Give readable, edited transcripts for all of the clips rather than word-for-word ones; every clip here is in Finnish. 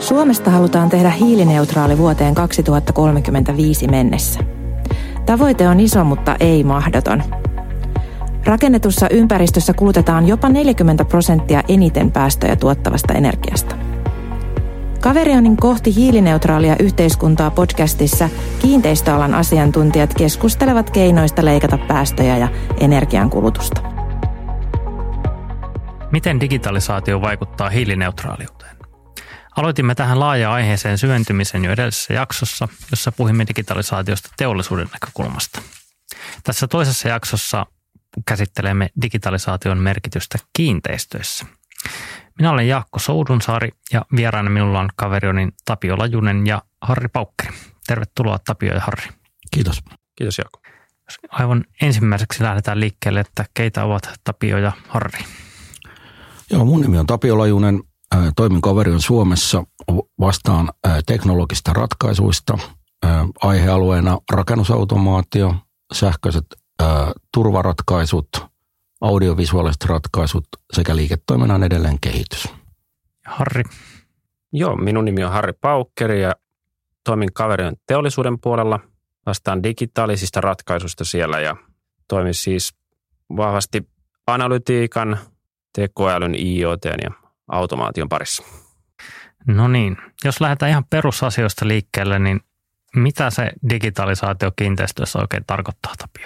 Suomesta halutaan tehdä hiilineutraali vuoteen 2035 mennessä. Tavoite on iso, mutta ei mahdoton. Rakennetussa ympäristössä kulutetaan jopa 40% eniten päästöjä tuottavasta energiasta. Kaverionin kohti hiilineutraalia yhteiskuntaa podcastissa kiinteistöalan asiantuntijat keskustelevat keinoista leikata päästöjä ja energiankulutusta. Miten digitalisaatio vaikuttaa hiilineutraaliuteen? Aloitimme tähän laajaan aiheeseen syventymisen jo edellisessä jaksossa, jossa puhuimme digitalisaatiosta teollisuuden näkökulmasta. Tässä toisessa jaksossa käsittelemme digitalisaation merkitystä kiinteistöissä. Minä olen Jaakko Soudunsaari ja vieraana minulla on Kaverionin Tapio Lajunen ja Harri Paukkeri. Tervetuloa Tapio ja Harri. Kiitos. Kiitos Jaakko. Aivan ensimmäiseksi lähdetään liikkeelle, että keitä ovat Tapio ja Harri? Joo, mun nimi on Tapio Lajunen. Toimin Kaverion Suomessa, vastaan teknologista ratkaisuista, aihealueena rakennusautomaatio, sähköiset turvaratkaisut, audiovisuaaliset ratkaisut sekä liiketoiminnan edelleen kehitys. Harri. Joo, minun nimi on Harri Paukkeri ja toimin Kaverion teollisuuden puolella, vastaan digitaalisista ratkaisuista siellä ja toimin siis vahvasti analytiikan, tekoälyn, IoT:n ja automaation parissa. No niin, jos lähdetään ihan perusasioista liikkeelle, niin mitä se digitalisaatio kiinteistöissä oikein tarkoittaa, Tapio?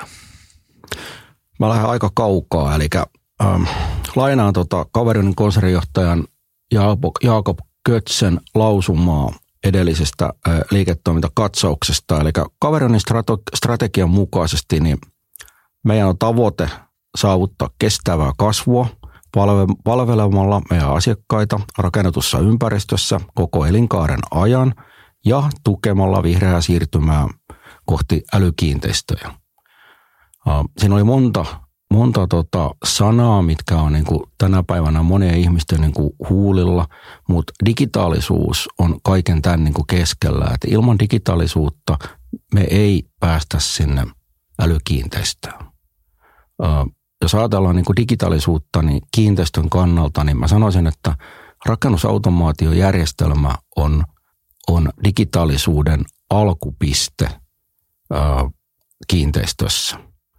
Mä lähden aika kaukaa, eli lainaan Kaverionin konsernijohtajan Jakob Kötzen lausumaa edellisestä liiketoimintakatsauksesta. Eli Kaverionin strategian mukaisesti niin meidän on tavoite saavuttaa kestävää kasvua palvelemalla meidän asiakkaita rakennetussa ympäristössä koko elinkaaren ajan ja tukemalla vihreää siirtymää kohti älykiinteistöjä. Siinä oli monta sanaa, mitkä on niin kuin tänä päivänä monien ihmisten niin kuin huulilla, mutta digitaalisuus on kaiken tämän niin kuin keskellä. Et ilman digitaalisuutta me ei päästä sinne älykiinteistöön. Jos ajatellaan niin kuin digitaalisuutta niin kiinteistön kannalta, niin mä sanoisin, että rakennusautomaatiojärjestelmä on digitaalisuuden alkupiste kiinteistössä.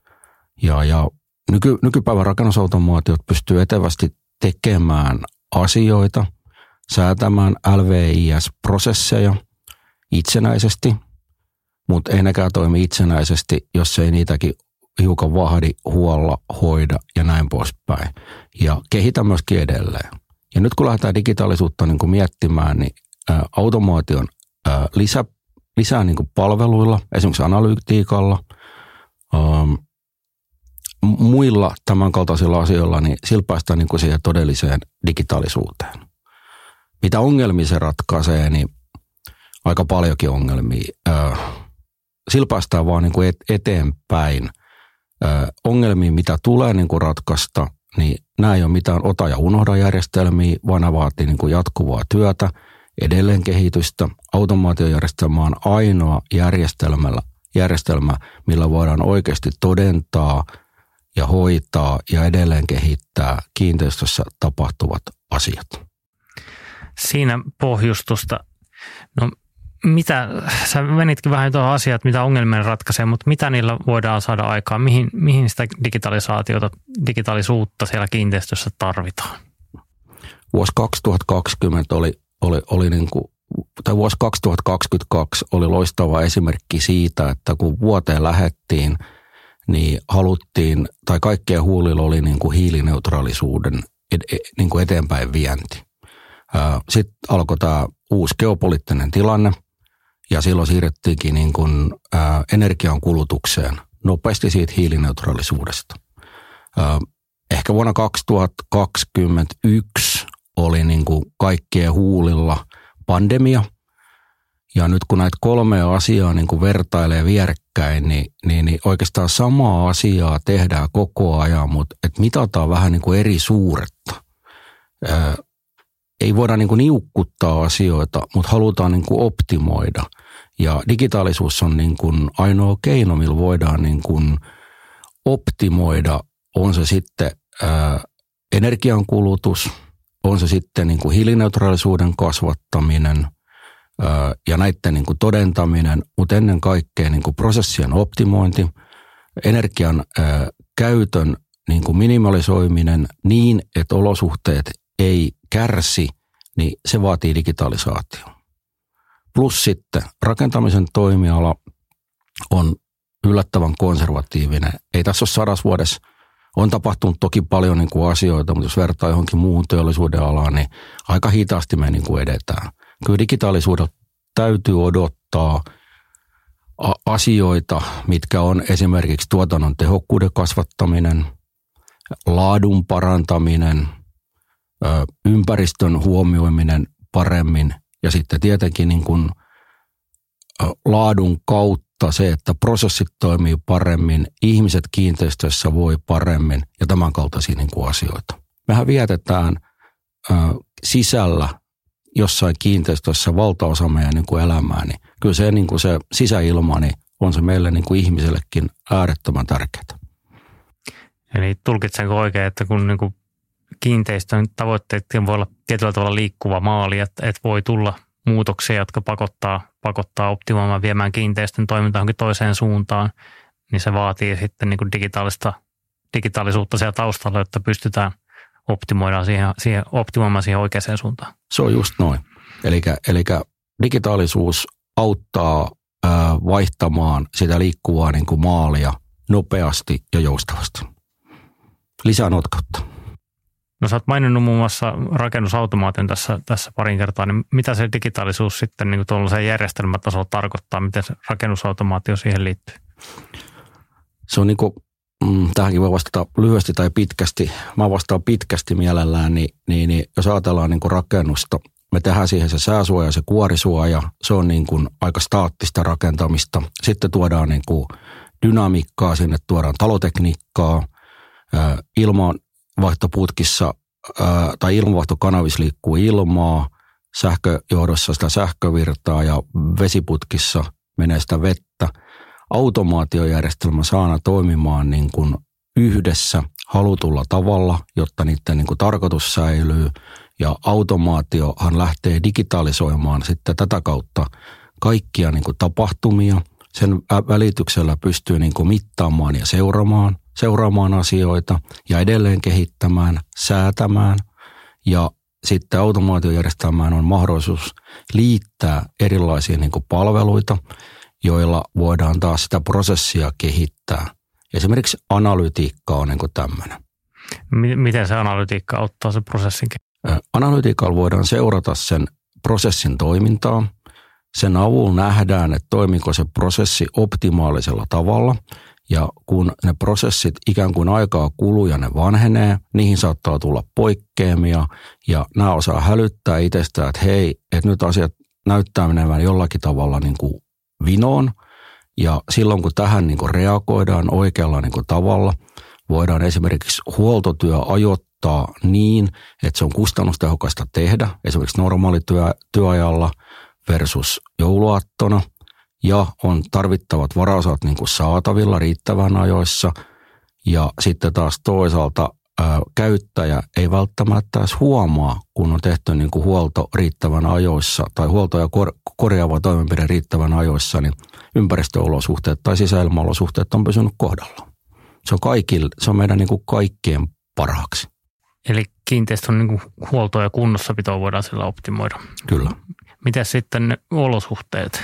Ja nykypäivän rakennusautomaatiot pystyy etevästi tekemään asioita, säätämään LVIS-prosesseja itsenäisesti, mutta ei nekään toimi itsenäisesti, jos ei niitäkin hiukan vahdi, huolla, hoida ja näin poispäin. Ja kehitä myöskin edelleen. Ja nyt kun lähdetään digitaalisuutta niin kuin miettimään, niin automaation lisää niin kuin palveluilla, esimerkiksi analytiikalla, muilla tämänkaltaisilla asioilla, niin sillä päästään niin kuin siihen todelliseen digitaalisuuteen. Mitä ongelmia se ratkaisee, niin aika paljonkin ongelmia. Sillä päästään vaan niin kuin eteenpäin. Ongelmia, mitä tulee niin kuin ratkaista, niin nämä ei ole mitään ota ja unohda järjestelmiä, vaan nämä vaatii niin kuin jatkuvaa työtä, edelleen kehitystä. Automaatiojärjestelmä on ainoa järjestelmä, millä voidaan oikeasti todentaa ja hoitaa ja edelleen kehittää kiinteistössä tapahtuvat asiat. Siinä pohjustusta. No mitä, sä menitkin vähän tuohon asiat, mitä ongelmia ratkaisee, mutta mitä niillä voidaan saada aikaan? Mihin sitä digitaalisuutta siellä kiinteistössä tarvitaan? Vuosi 2020 oli niin kuin, tai vuosi 2022 oli loistava esimerkki siitä, että kun vuoteen lähdettiin, niin haluttiin, tai kaikkien huulilla oli niin kuin hiilineutraalisuuden niin kuin eteenpäin vienti. Sitten alkoi tämä uusi geopoliittinen tilanne, ja silloin siirrettiinkin niin kuin energian kulutukseen nopeasti siitä hiilineutraalisuudesta. Ehkä vuonna 2021 oli niin kuin kaikkien huulilla pandemia, ja nyt kun näitä kolmea asiaa niin kuin vertailee vierekkäin, niin oikeastaan samaa asiaa tehdään koko ajan, mutta et mitataan vähän niin kuin eri suuretta. Ei voida niin kuin niukkuttaa asioita, mutta halutaan niin kuin optimoida. Ja digitaalisuus on niin kuin ainoa keino, millä voidaan niin kuin optimoida, on se sitten energiankulutus, on se sitten niin kuin hiilineutraalisuuden kasvattaminen ja näiden niin kuin todentaminen, mutta ennen kaikkea niin kuin prosessien optimointi, energian käytön niin kuin minimalisoiminen niin, että olosuhteet ei kärsi, niin se vaatii digitalisaatio. Plus sitten rakentamisen toimiala on yllättävän konservatiivinen. Ei tässä ole 100 vuodessa. On tapahtunut toki paljon niin kuin asioita, mutta jos vertaa johonkin muuhun teollisuuden alaan, niin aika hitaasti me niin kuin edetään. Kyllä digitaalisuudella täytyy odottaa asioita, mitkä on esimerkiksi tuotannon tehokkuuden kasvattaminen, laadun parantaminen, ympäristön huomioiminen paremmin ja sitten tietenkin niin kuin laadun kautta se, että prosessit toimii paremmin, ihmiset kiinteistöissä voi paremmin ja tämän kaltaisia niin kuin asioita. Mehän vietetään sisällä jossain kiinteistössä valtaosa meidän niin kuin elämää, niin kyllä se, niin kuin se sisäilma niin on se meille niin kuin ihmisellekin äärettömän tärkeää. Eli tulkitsenko oikein, että kun niin kuin kiinteistön tavoitteet voi olla tietyllä tavalla liikkuva maali, että voi tulla muutoksia, jotka pakottaa optimoimaan viemään kiinteistön toimintaa johonkin toiseen suuntaan, niin se vaatii sitten niin kuin digitaalisuutta siellä taustalla, jotta pystytään optimoimaan siihen oikeaan suuntaan. Se on just noin. Eli digitaalisuus auttaa vaihtamaan sitä liikkuvaa niin kuin maalia nopeasti ja joustavasti. Lisää notkautta. No sä oot maininnut muun muassa rakennusautomaation tässä parin kertaa, niin mitä se digitaalisuus sitten niin kuin tuollaisen järjestelmätasolla tarkoittaa, miten se rakennusautomaatio siihen liittyy? Se on niin kuin, tähänkin voi vastata lyhyesti tai pitkästi. Mä vastaan pitkästi mielellään, niin jos ajatellaan niin kuin rakennusta, me tehdään siihen se sääsuoja ja se kuorisuoja, se on niin kuin aika staattista rakentamista. Sitten tuodaan niin kuin dynamiikkaa, sinne tuodaan talotekniikkaa, ilmanvaihtoputkissa tai ilmanvaihtokanavissa liikkuu ilmaa, sähköjohdossa sitä sähkövirtaa ja vesiputkissa menee sitä vettä. Automaatiojärjestelmä saana toimimaan niin kuin yhdessä halutulla tavalla, jotta niiden niin kuin tarkoitus säilyy. Ja automaatiohan lähtee digitalisoimaan sitten tätä kautta kaikkia niin kuin tapahtumia. Sen välityksellä pystyy niin kuin mittaamaan ja seuraamaan asioita ja edelleen kehittämään, säätämään. Ja sitten automaatiojärjestelmään on mahdollisuus liittää erilaisia niin kuin palveluita, joilla voidaan taas sitä prosessia kehittää. Esimerkiksi analytiikka on niin kuin tämmöinen. Miten se analytiikka auttaa sen prosessin? Analytiikalla voidaan seurata sen prosessin toimintaa. Sen avulla nähdään, että toimiko se prosessi optimaalisella tavalla. Ja kun ne prosessit ikään kuin aikaa kuluu ja ne vanhenee, niihin saattaa tulla poikkeamia. Ja nämä osaa hälyttää itsestään, että hei, että nyt asiat näyttää menevän jollakin tavalla niin kuin vinoon. Ja silloin kun tähän niin kuin reagoidaan oikealla niin kuin tavalla, voidaan esimerkiksi huoltotyö ajoittaa niin, että se on kustannustehokasta tehdä, esimerkiksi normaalityöajalla versus jouluaattona, ja on tarvittavat varaosat niin kuin saatavilla riittävän ajoissa, ja sitten taas toisaalta käyttäjä ei välttämättä edes huomaa, kun on tehty niin kuin huolto riittävän ajoissa, tai huolto ja korjaava toimenpide riittävän ajoissa, niin ympäristöolosuhteet tai sisäilmaolosuhteet on pysynyt kohdallaan. Se on meidän niin kuin kaikkien parhaaksi. Eli kiinteistön niin kuin huoltoa ja kunnossapitoa voidaan sillä optimoida. Kyllä. Miten sitten ne olosuhteet?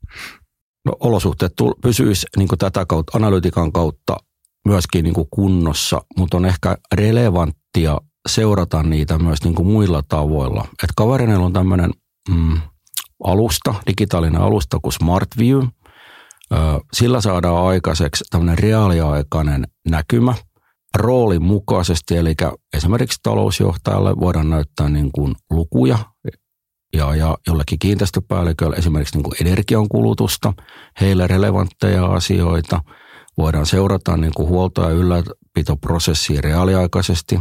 No, olosuhteet pysyisi niin kuin tätä kautta, analytiikan kautta myöskin niin kuin kunnossa, mutta on ehkä relevanttia seurata niitä myös niin kuin muilla tavoilla. Et Caverineilla on tämmöinen alusta, digitaalinen alusta kuin SmartView. Sillä saadaan aikaiseksi tämmöinen reaaliaikainen näkymä roolin mukaisesti, eli esimerkiksi talousjohtajalle voidaan näyttää niin kuin lukuja ja jollekin kiinteistöpäällikölle esimerkiksi niin kuin energiankulutusta, heille relevantteja asioita. Voidaan seurata niin kuin huolto- ja ylläpitoprosessia reaaliaikaisesti,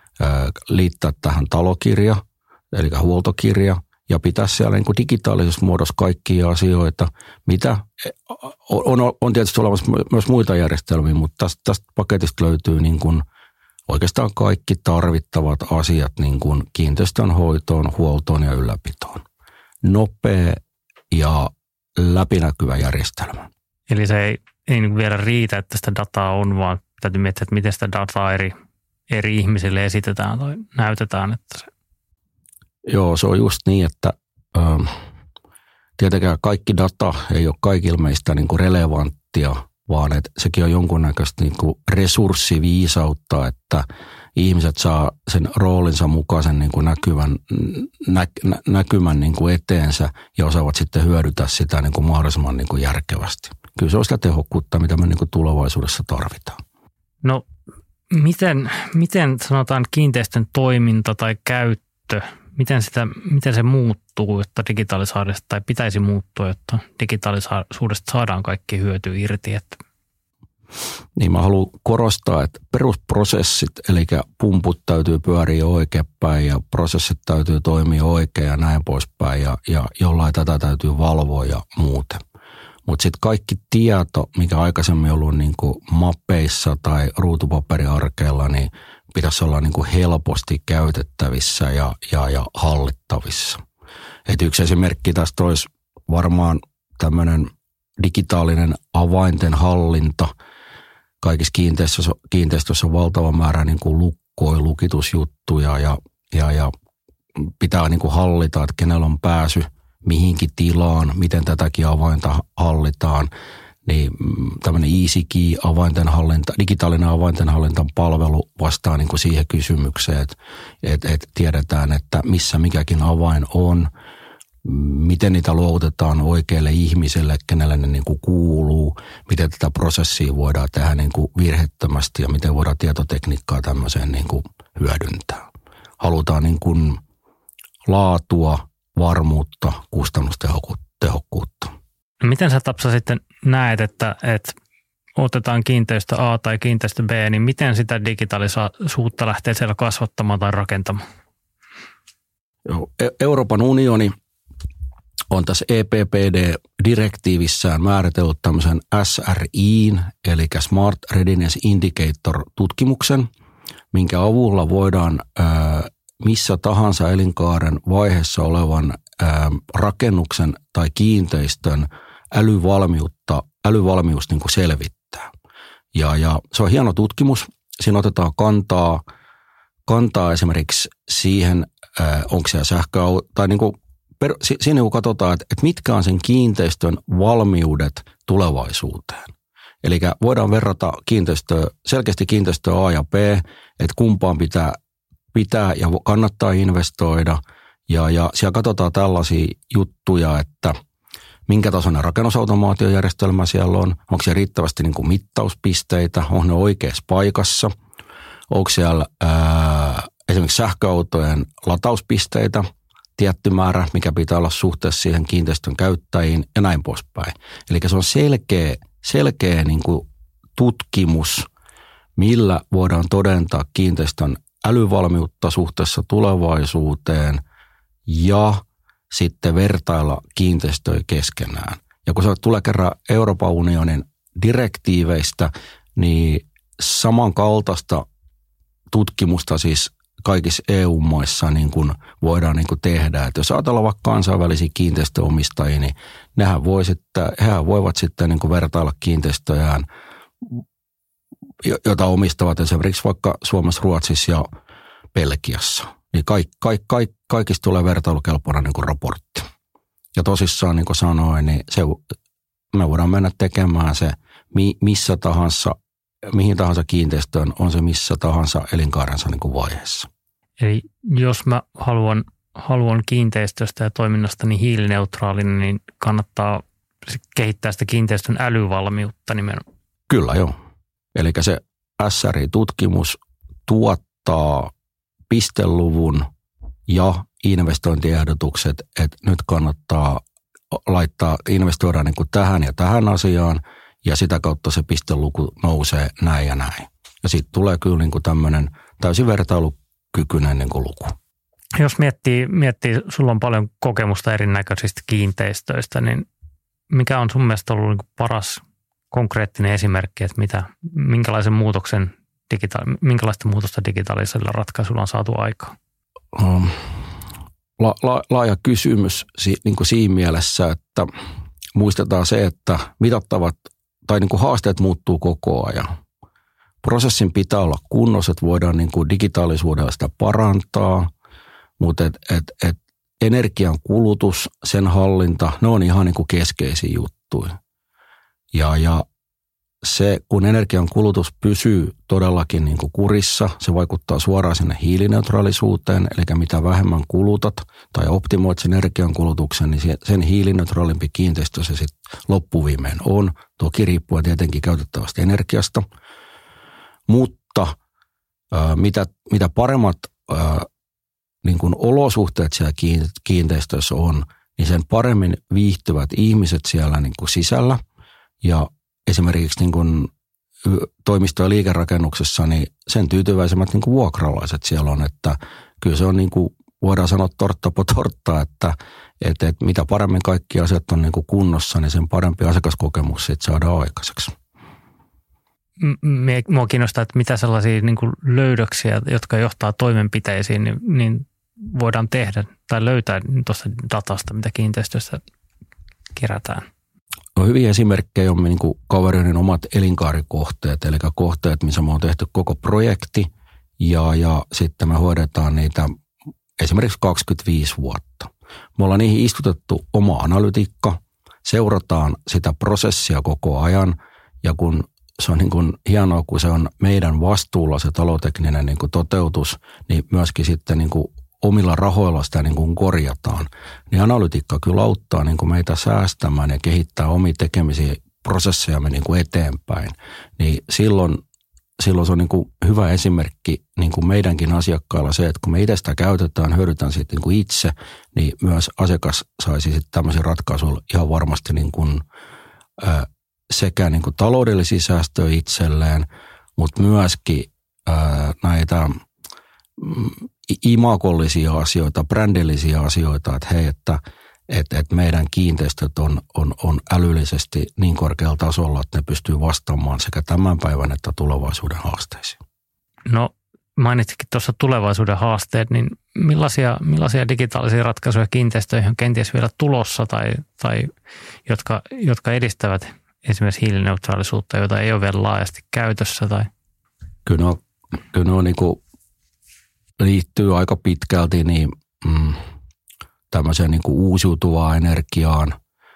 liittää tähän talokirja, eli huoltokirja, ja pitää siellä niin kuin digitaalisessa muodossa kaikkia asioita, mitä on tietysti olemassa myös muita järjestelmiä, mutta tästä paketista löytyy niin kuin oikeastaan kaikki tarvittavat asiat niin kuin kiinteistön hoitoon, huoltoon ja ylläpitoon. Nopea ja läpinäkyvä järjestelmä. Eli se ei niin vielä riitä, että sitä dataa on, vaan täytyy miettiä, että miten sitä dataa eri ihmisille esitetään tai näytetään. Että se... Joo, se on just niin, että tietenkään kaikki data ei ole kaikille meistä niin kuin relevanttia, vaan että sekin on jonkunnäköistä niin kuin resurssiviisautta, että ihmiset saa sen roolinsa mukaisen niin kuin näkymän niin kuin eteensä ja osaavat sitten hyödyntää sitä niin kuin mahdollisimman niin kuin järkevästi. Kyllä se on sitä tehokkuutta, mitä me niin kuin tulevaisuudessa tarvitaan. No miten sanotaan kiinteistön toiminta tai käyttö, miten se muuttuu, jotta digitalisaadesta tai pitäisi muuttua, jotta digitaalisuudesta saadaan kaikki hyöty irti? Niin mä haluan korostaa, että perusprosessit, eli pumput täytyy pyöriä oikeinpäin ja prosessit täytyy toimia oikein ja näin poispäin ja jollain tätä täytyy valvoa ja muuten. Mutta sitten kaikki tieto, mikä aikaisemmin on ollut niinku mappeissa tai ruutupaperiarkeilla, niin pitäisi olla niinku helposti käytettävissä ja hallittavissa. Et yksi esimerkki tästä olisi varmaan tämmöinen digitaalinen avainten hallinta. Kaikissa kiinteistöissä on valtava määrä niinku lukkoja, lukitusjuttuja ja pitää niinku hallita, että kenellä on pääsy mihinkin tilaan, miten tätäkin avainta hallitaan, niin tämmöinen EasyKey digitaalinen avaintenhallintan palvelu vastaa niin kuin siihen kysymykseen, että tiedetään, että missä mikäkin avain on, miten niitä luovutetaan oikealle ihmiselle, kenelle ne niin kuin kuuluu, miten tätä prosessia voidaan tehdä niin kuin virhettömästi ja miten voidaan tietotekniikkaa tämmöiseen niin kuin hyödyntää. Halutaan niin kuin laatua, varmuutta, kustannustehokkuutta. No miten sä, Tapsa, sitten näet, että otetaan kiinteistö A tai kiinteistö B, niin miten sitä digitaalisuutta lähtee siellä kasvattamaan tai rakentamaan? Euroopan unioni on tässä EPPD-direktiivissään määritellyt tämmöisen SRI:n, eli Smart Readiness Indicator-tutkimuksen, minkä avulla voidaan missä tahansa elinkaaren vaiheessa olevan rakennuksen tai kiinteistön älyvalmius niin kuin selvittää. Ja se on hieno tutkimus. Siinä otetaan kantaa esimerkiksi siihen, onko se sähköauto, tai niin kuin, siinä kun katsotaan, että mitkä on sen kiinteistön valmiudet tulevaisuuteen. Eli voidaan verrata selkeästi kiinteistöä A ja B, että kumpaan pitää ja kannattaa investoida. Ja siellä katsotaan tällaisia juttuja, että minkä tasoinen rakennusautomaatiojärjestelmä siellä on, onko siellä riittävästi niin kuin mittauspisteitä, onko ne oikeassa paikassa, onko siellä esimerkiksi sähköautojen latauspisteitä, tietty määrä, mikä pitää olla suhteessa siihen kiinteistön käyttäjiin ja näin poispäin. Eli se on selkeä niin kuin tutkimus, millä voidaan todentaa kiinteistön älyvalmiutta suhteessa tulevaisuuteen ja sitten vertailla kiinteistöjä keskenään. Ja kun se tulee kerran Euroopan unionin direktiiveistä, niin samankaltaista tutkimusta siis kaikissa EU-maissa niin kuin voidaan niin kuin tehdä. Että jos ajatellaan vaikka kansainvälisiä kiinteistöomistajia, niin hehän voivat sitten niin kuin vertailla kiinteistöjään, jota omistavat esimerkiksi vaikka Suomessa, Ruotsissa ja Belgiassa. Niin kaikista tulee vertailukelpoinen niin kuin raportti. Ja tosissaan, niin kuin sanoin, niin me voidaan mennä tekemään se missä tahansa, mihin tahansa kiinteistöön, on se missä tahansa elinkaarensa niin kuin vaiheessa. Eli jos mä haluan kiinteistöstä ja toiminnasta hiilineutraalinen, niin kannattaa kehittää sitä kiinteistön älyvalmiutta nimenomaan. Kyllä joo. Eli se SRI-tutkimus tuottaa pisteluvun ja investointiehdotukset, että nyt kannattaa investoida niin kuin tähän ja tähän asiaan, ja sitä kautta se pisteluku nousee näin ja näin. Ja sitten tulee kyllä niin kuin tämmöinen täysin vertailukykyinen niin kuin luku. Jos miettii, sulla on paljon kokemusta erinäköisistä kiinteistöistä, niin mikä on sun mielestä ollut niin kuin paras konkreettinen esimerkki, että minkälaisen muutoksen minkälaista muutosta digitaalisella ratkaisulla on saatu aikaan? Laaja kysymys niin kuin siinä mielessä, että muistetaan se, että mitattavat tai niin kuin haasteet muuttuu koko ajan. Prosessin pitää olla kunnossa, että voidaan niin kuin digitaalisuudella sitä parantaa, mutta energian kulutus, sen hallinta, ne on ihan niin kuin keskeisiä juttuja. Ja se, kun energian kulutus pysyy todellakin niin kuin kurissa, se vaikuttaa suoraan sinne hiilineutraalisuuteen, eli mitä vähemmän kulutat tai optimoit sen energian kulutuksen, niin sen hiilineutraalimpi kiinteistö se sitten loppuviimein on. Toki riippuen tietenkin käytettävästä energiasta, mutta mitä paremmat niin kuin olosuhteet siellä kiinteistössä on, niin sen paremmin viihtyvät ihmiset siellä niin kuin sisällä. Ja esimerkiksi niin kuin toimisto- ja liikerakennuksessa, niin sen tyytyväisemmät niin kuin vuokralaiset siellä on, että kyllä se on niin kuin, voidaan sanoa tortta po tortta, että mitä paremmin kaikki asiat on niin kuin kunnossa, niin sen parempi asiakaskokemus sitten saadaan aikaiseksi. Mua kiinnostaa, että mitä sellaisia niin kuin löydöksiä, jotka johtaa toimenpiteisiin, niin voidaan tehdä tai löytää tuosta datasta, mitä kiinteistössä kerätään. No, hyviä esimerkkejä on niin kuin Caverionin omat elinkaarikohteet, eli kohteet, missä me on tehty koko projekti ja sitten me hoidetaan niitä esimerkiksi 25 vuotta. Me ollaan niihin istutettu oma analytiikka, seurataan sitä prosessia koko ajan ja kun se on niin kuin hienoa, kun se on meidän vastuulla se talotekninen niin kuin toteutus, niin myöskin sitten niin kuin omilla rahoilla sitä niin kuin korjataan. Niin analytiikka kyllä auttaa niin kuin meitä säästämään ja kehittää omia tekemisiä prosessejamme niin kuin eteenpäin. Niin silloin se on niin kuin hyvä esimerkki niin kuin meidänkin asiakkailla se, että kun me itse sitä käytetään, hyödytään siitä niin kuin itse, niin myös asiakas saisi sitten tämmöisen ratkaisun ihan varmasti niin kuin, sekä niin kuin taloudellisia säästöjä itselleen, mutta myöskin näitä imagollisia asioita, brändillisiä asioita, että hei, että meidän kiinteistöt on älyllisesti niin korkealla tasolla, että ne pystyy vastaamaan sekä tämän päivän että tulevaisuuden haasteisiin. No mainitsikin tuossa tulevaisuuden haasteet, niin millaisia digitaalisia ratkaisuja kiinteistöihin on kenties vielä tulossa tai jotka edistävät esimerkiksi hiilineutraalisuutta, jota ei ole vielä laajasti käytössä? Tai? Kyllä ne on niin kuin liittyy aika pitkälti niin, tämmöiseen niin kuin uusiutuvaan energiaan.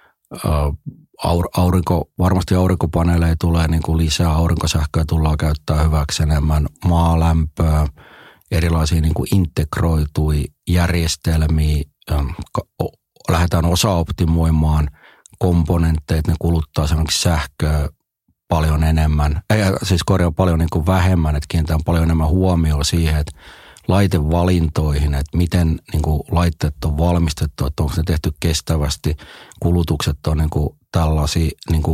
Varmasti aurinkopaneeleja tulee niin kuin lisää, aurinkosähköä tullaan käyttää hyväksi enemmän, maalämpöä, erilaisia niin kuin integroituja järjestelmiä, lähdetään osaoptimoimaan komponentteja, ne kuluttaa esimerkiksi sähköä paljon enemmän, paljon niin kuin vähemmän, että kiinnitetään paljon enemmän huomioon siihen, että laitevalintoihin, että miten niin kuin laitteet on valmistettu, että onko ne tehty kestävästi, kulutukset on niin kuin tällaisia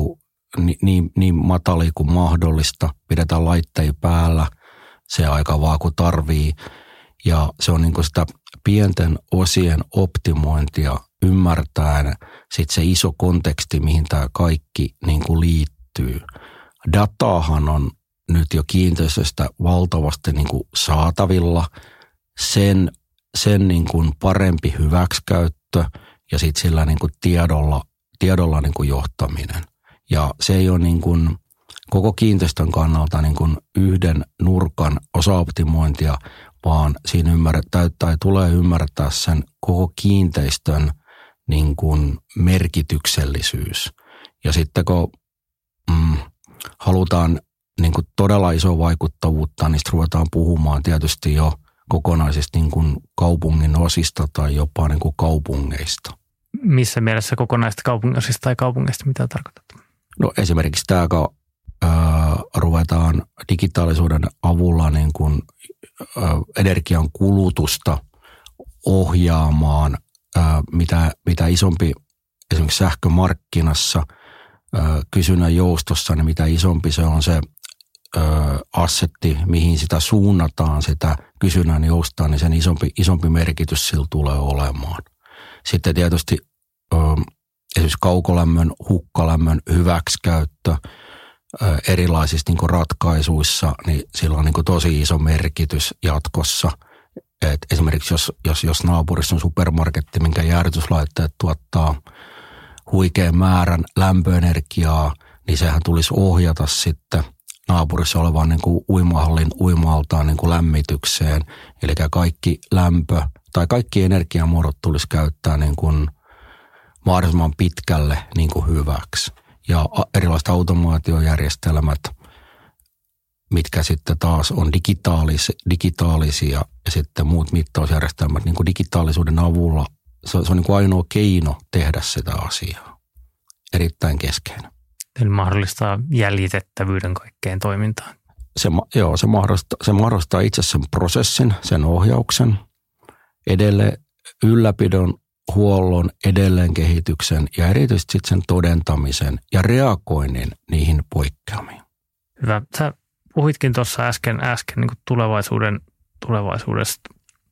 niin matalia kuin mahdollista, pidetään laitteita päällä se aika vaan kun tarvii ja se on niin kuin sitä pienten osien optimointia ymmärtäen sitten se iso konteksti, mihin tämä kaikki niin kuin liittyy. Dataahan on nyt jo kiinteistöstä valtavasti niin kuin saatavilla, sen niin kuin parempi hyväksikäyttö ja sitten sillä niin kuin tiedolla niin kuin johtaminen. Ja se ei ole niin kuin koko kiinteistön kannalta niin kuin yhden nurkan osaoptimointia, vaan siinä tulee ymmärtää sen koko kiinteistön niin kuin merkityksellisyys. Ja sitten kun halutaan niin kuin todella iso vaikuttavuutta, niin ruvetaan puhumaan tietysti jo kokonaisista niin kuin kaupungin osista tai jopa niin kuin kaupungeista. Missä mielessä kokonaisista kaupunginosista tai kaupungeista, mitä tarkoitat? No esimerkiksi tämä, kun ruvetaan digitaalisuuden avulla niin kuin, energian kulutusta ohjaamaan, mitä isompi esimerkiksi sähkömarkkinassa kysynnän joustossa, niin mitä isompi se on se assetti, mihin sitä suunnataan, sitä kysynnän joustaa, niin sen isompi merkitys sillä tulee olemaan. Sitten tietysti esimerkiksi kaukolämmön, hukkalämmön hyväksikäyttö, erilaisissa niin kuin ratkaisuissa, niin sillä on niin kuin tosi iso merkitys jatkossa. Et esimerkiksi jos naapurissa on supermarketti, minkä jäähdytyslaitteet tuottaa huikean määrän lämpöenergiaa, niin sehän tulisi ohjata sitten naapurissa olevan niin kuin uimahallin uimaltaan niin kuin lämmitykseen. Eli kaikki lämpö tai kaikki energiamuodot tulisi käyttää niin kuin mahdollisimman pitkälle niin kuin hyväksi. Ja erilaiset automaatiojärjestelmät, mitkä sitten taas on digitaalisia ja sitten muut mittausjärjestelmät niin kuin digitaalisuuden avulla, se on niin kuin ainoa keino tehdä sitä asiaa. Erittäin keskeinen. Eli mahdollistaa jäljitettävyyden kaikkeen toimintaan. Se mahdollistaa itse sen prosessin, sen ohjauksen, edelleen ylläpidon, huollon, edelleenkehityksen ja erityisesti sitten sen todentamisen ja reagoinnin niihin poikkeamiin. Hyvä. Sä puhuitkin tuossa äsken niin kuin tulevaisuudesta.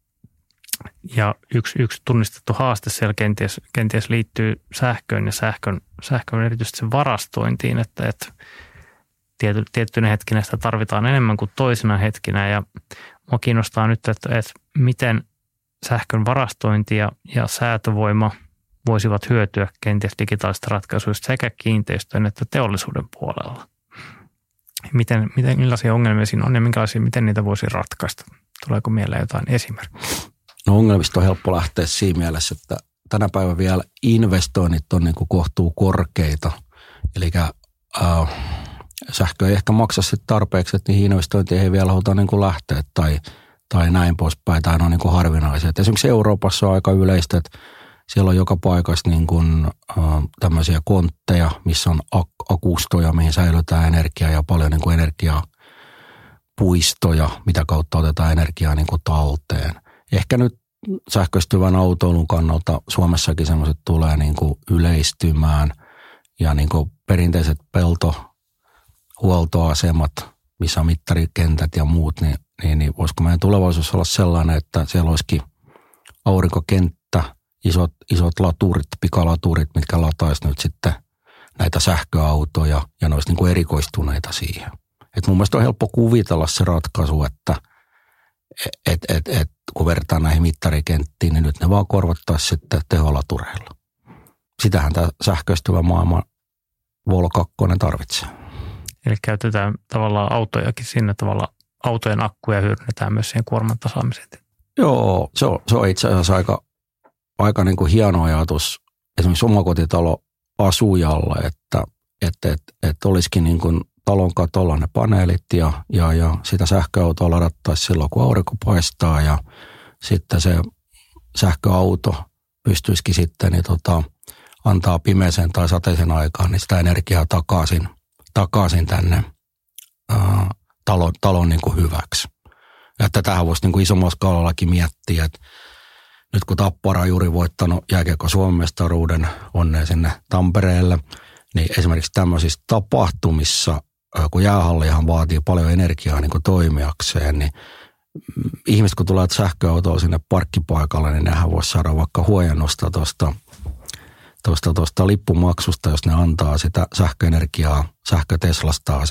Ja yksi tunnistettu haaste siellä kenties liittyy sähköön ja sähkön erityisesti sen varastointiin, että tiettynä hetkinä sitä tarvitaan enemmän kuin toisina hetkinä. Ja mua kiinnostaa nyt, että miten sähkön varastointi ja säätövoima voisivat hyötyä kenties digitaalisista ratkaisuista sekä kiinteistön että teollisuuden puolella. Millaisia ongelmia siinä on ja miten niitä voisi ratkaista? Tuleeko mieleen jotain esimerkkiä? No ongelmista on helppo lähteä siinä mielessä, että tänä päivänä vielä investoinnit on niin kuin kohtuu korkeita. Eli sähkö ei ehkä maksa sitten tarpeeksi, että niihin investointeihin ei vielä haluta niin kuin lähteä tai näin poispäin. Tai ne on niin kuin harvinaisia. Esimerkiksi Euroopassa on aika yleistä, että siellä on joka paikassa niin kuin, tämmöisiä kontteja, missä on akustoja, mihin säilytään energiaa ja paljon niin kuin energiapuistoja, mitä kautta otetaan energiaa niin kuin talteen. Ehkä nyt sähköistyvän autoilun kannalta Suomessakin semmoiset tulee niin kuin yleistymään ja niin kuin perinteiset peltohuoltoasemat, missä on mittarikentät ja muut, niin voisiko meidän tulevaisuus olla sellainen, että siellä olisikin aurinkokenttä, isot laturit, pikalaturit, mitkä lataisi nyt sitten näitä sähköautoja ja ne olisi niin kuin erikoistuneita siihen. Et mun mielestä on helppo kuvitella se ratkaisu, että kun vertaan näihin mittarikenttiin, niin nyt ne vaan korvattaisiin sitten teholatureilla. Sitähän tämä sähköistyvä maailma Vol 2 tarvitsee. Eli käytetään tavallaan autojakin sinne, tavallaan autojen akkuja hyödynnetään myös siihen kuorman tasaamiseen. Joo, se on itse asiassa aika niin kuin hieno ajatus esimerkiksi omakotitaloasujalle, että olisikin niin kuin talon katolla ne paneelit ja sitä sähköautoa ladattaisiin silloin, kun aurinko paistaa ja sitten se sähköauto pystyisikin sitten antaa pimeisen tai sateisen aikaan niin sitä energiaa takaisin tänne talon niin kuin hyväksi. Ja tätähän voisi niin kuin isommalla skaalallakin miettiä, että nyt kun Tappara on juuri voittanut jääkiekko Suomen mestaruuden, onnea sinne Tampereelle, niin esimerkiksi tämmöisissä tapahtumissa, kun jäähallihan vaatii paljon energiaa niin kuin toimijakseen, niin ihmiset kun tulee sähköautoa sinne parkkipaikalle, niin nehän voisi saada vaikka huojennusta tuosta lippumaksusta, jos ne antaa sitä sähköenergiaa sähköteslastaa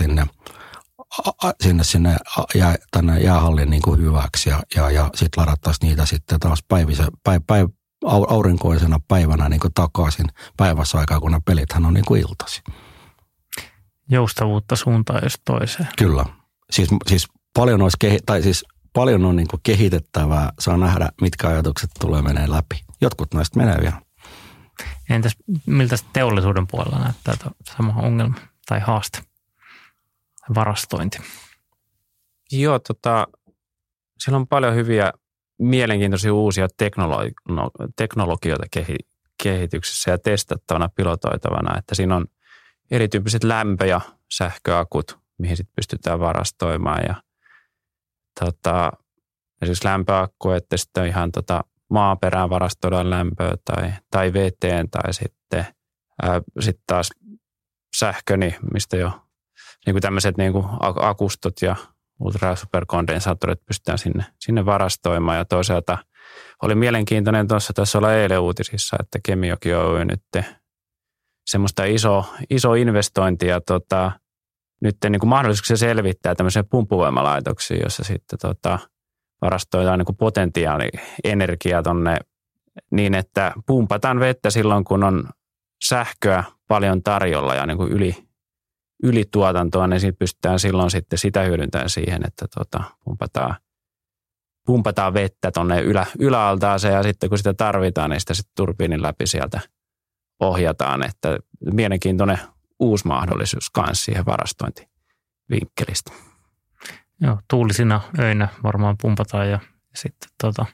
sinne tänne jäähallin niin kuin hyväksi ja sitten ladattaisiin niitä sitten taas aurinkoisena päivänä niin kuin takaisin päivässä aikaa, kun ne pelithän on niin kuin iltaisin. Joustavuutta suuntaan jos toiseen. Kyllä. Siis paljon on niin kuin kehitettävää. Saa nähdä, mitkä ajatukset tulee menee läpi. Jotkut näistä menee vielä. Entäs miltä teollisuuden puolella näyttää sama ongelma tai haaste? Varastointi. Joo, siellä on paljon hyviä, mielenkiintoisia uusia teknologioita kehityksessä ja testattavana, pilotoitavana, että siinä on erityyppiset lämpö- ja sähköakut, mihin sitten pystytään varastoimaan ja esimerkiksi lämpöakku, että sitten ihan maaperään varastoidaan lämpöä tai veteen tai sitten taas sähköni, mistä jo niin kuin tämmöiset niin kuin akustot ja ultra- ja superkondensaattorit pystytään sinne varastoimaan. Ja toisaalta oli mielenkiintoinen tässä olla eilen uutisissa, että Kemijoki Oy nyt semmoista iso investointia nyt niin kuin mahdollisuuksia selvittää tämmöisiä pumppuvoimalaitoksia, jossa sitten varastoidaan niin kuin potentiaalienergiaa tonne niin, että pumpataan vettä silloin, kun on sähköä paljon tarjolla ja niin kuin ylituotantoa, niin siitä pystytään silloin sitten sitä hyödyntämään siihen, että pumpataan vettä tuonne yläaltaaseen ja sitten kun sitä tarvitaan, niin sitä sitten turbiinin läpi sieltä ohjataan, että mielenkiintoinen uusi mahdollisuus myös siihen varastointivinkkelistä. Joo, tuulisina öinä varmaan pumpataan ja sitten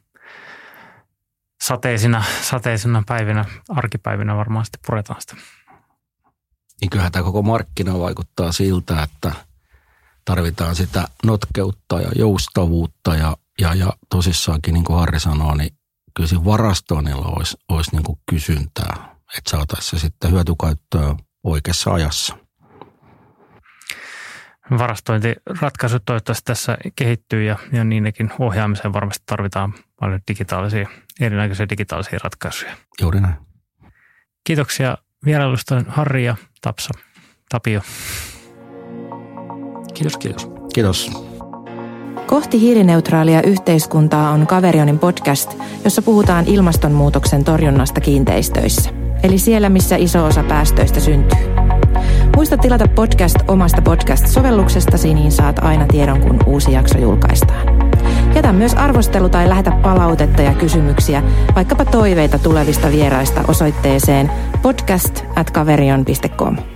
sateisina päivinä, arkipäivinä varmaan sitten puretaan sitä. Niin kyllähän tämä koko markkina vaikuttaa siltä, että tarvitaan sitä notkeutta ja joustavuutta ja tosissaankin, niin kuin Harri sanoo, niin kyllä siinä varastoinnilla olisi niin kuin kysyntää, että saataisiin se sitten hyötykäyttöön oikeassa ajassa. Varastointiratkaisut toivottavasti tässä kehittyy ja niidenkin ohjaamiseen varmasti tarvitaan paljon erinäköisiä digitaalisia ratkaisuja. Juuri näin. Kiitoksia vierailusta Harri ja Tapio. Kiitos. Kiitos. Kohti hiilineutraalia yhteiskuntaa on Kaverionin podcast, jossa puhutaan ilmastonmuutoksen torjunnasta kiinteistöissä. Eli siellä, missä iso osa päästöistä syntyy. Muista tilata podcast omasta podcast-sovelluksestasi, niin saat aina tiedon, kun uusi jakso julkaistaan. Jätä myös arvostelu tai lähetä palautetta ja kysymyksiä, vaikkapa toiveita tulevista vieraista osoitteeseen podcast@kaverion.com.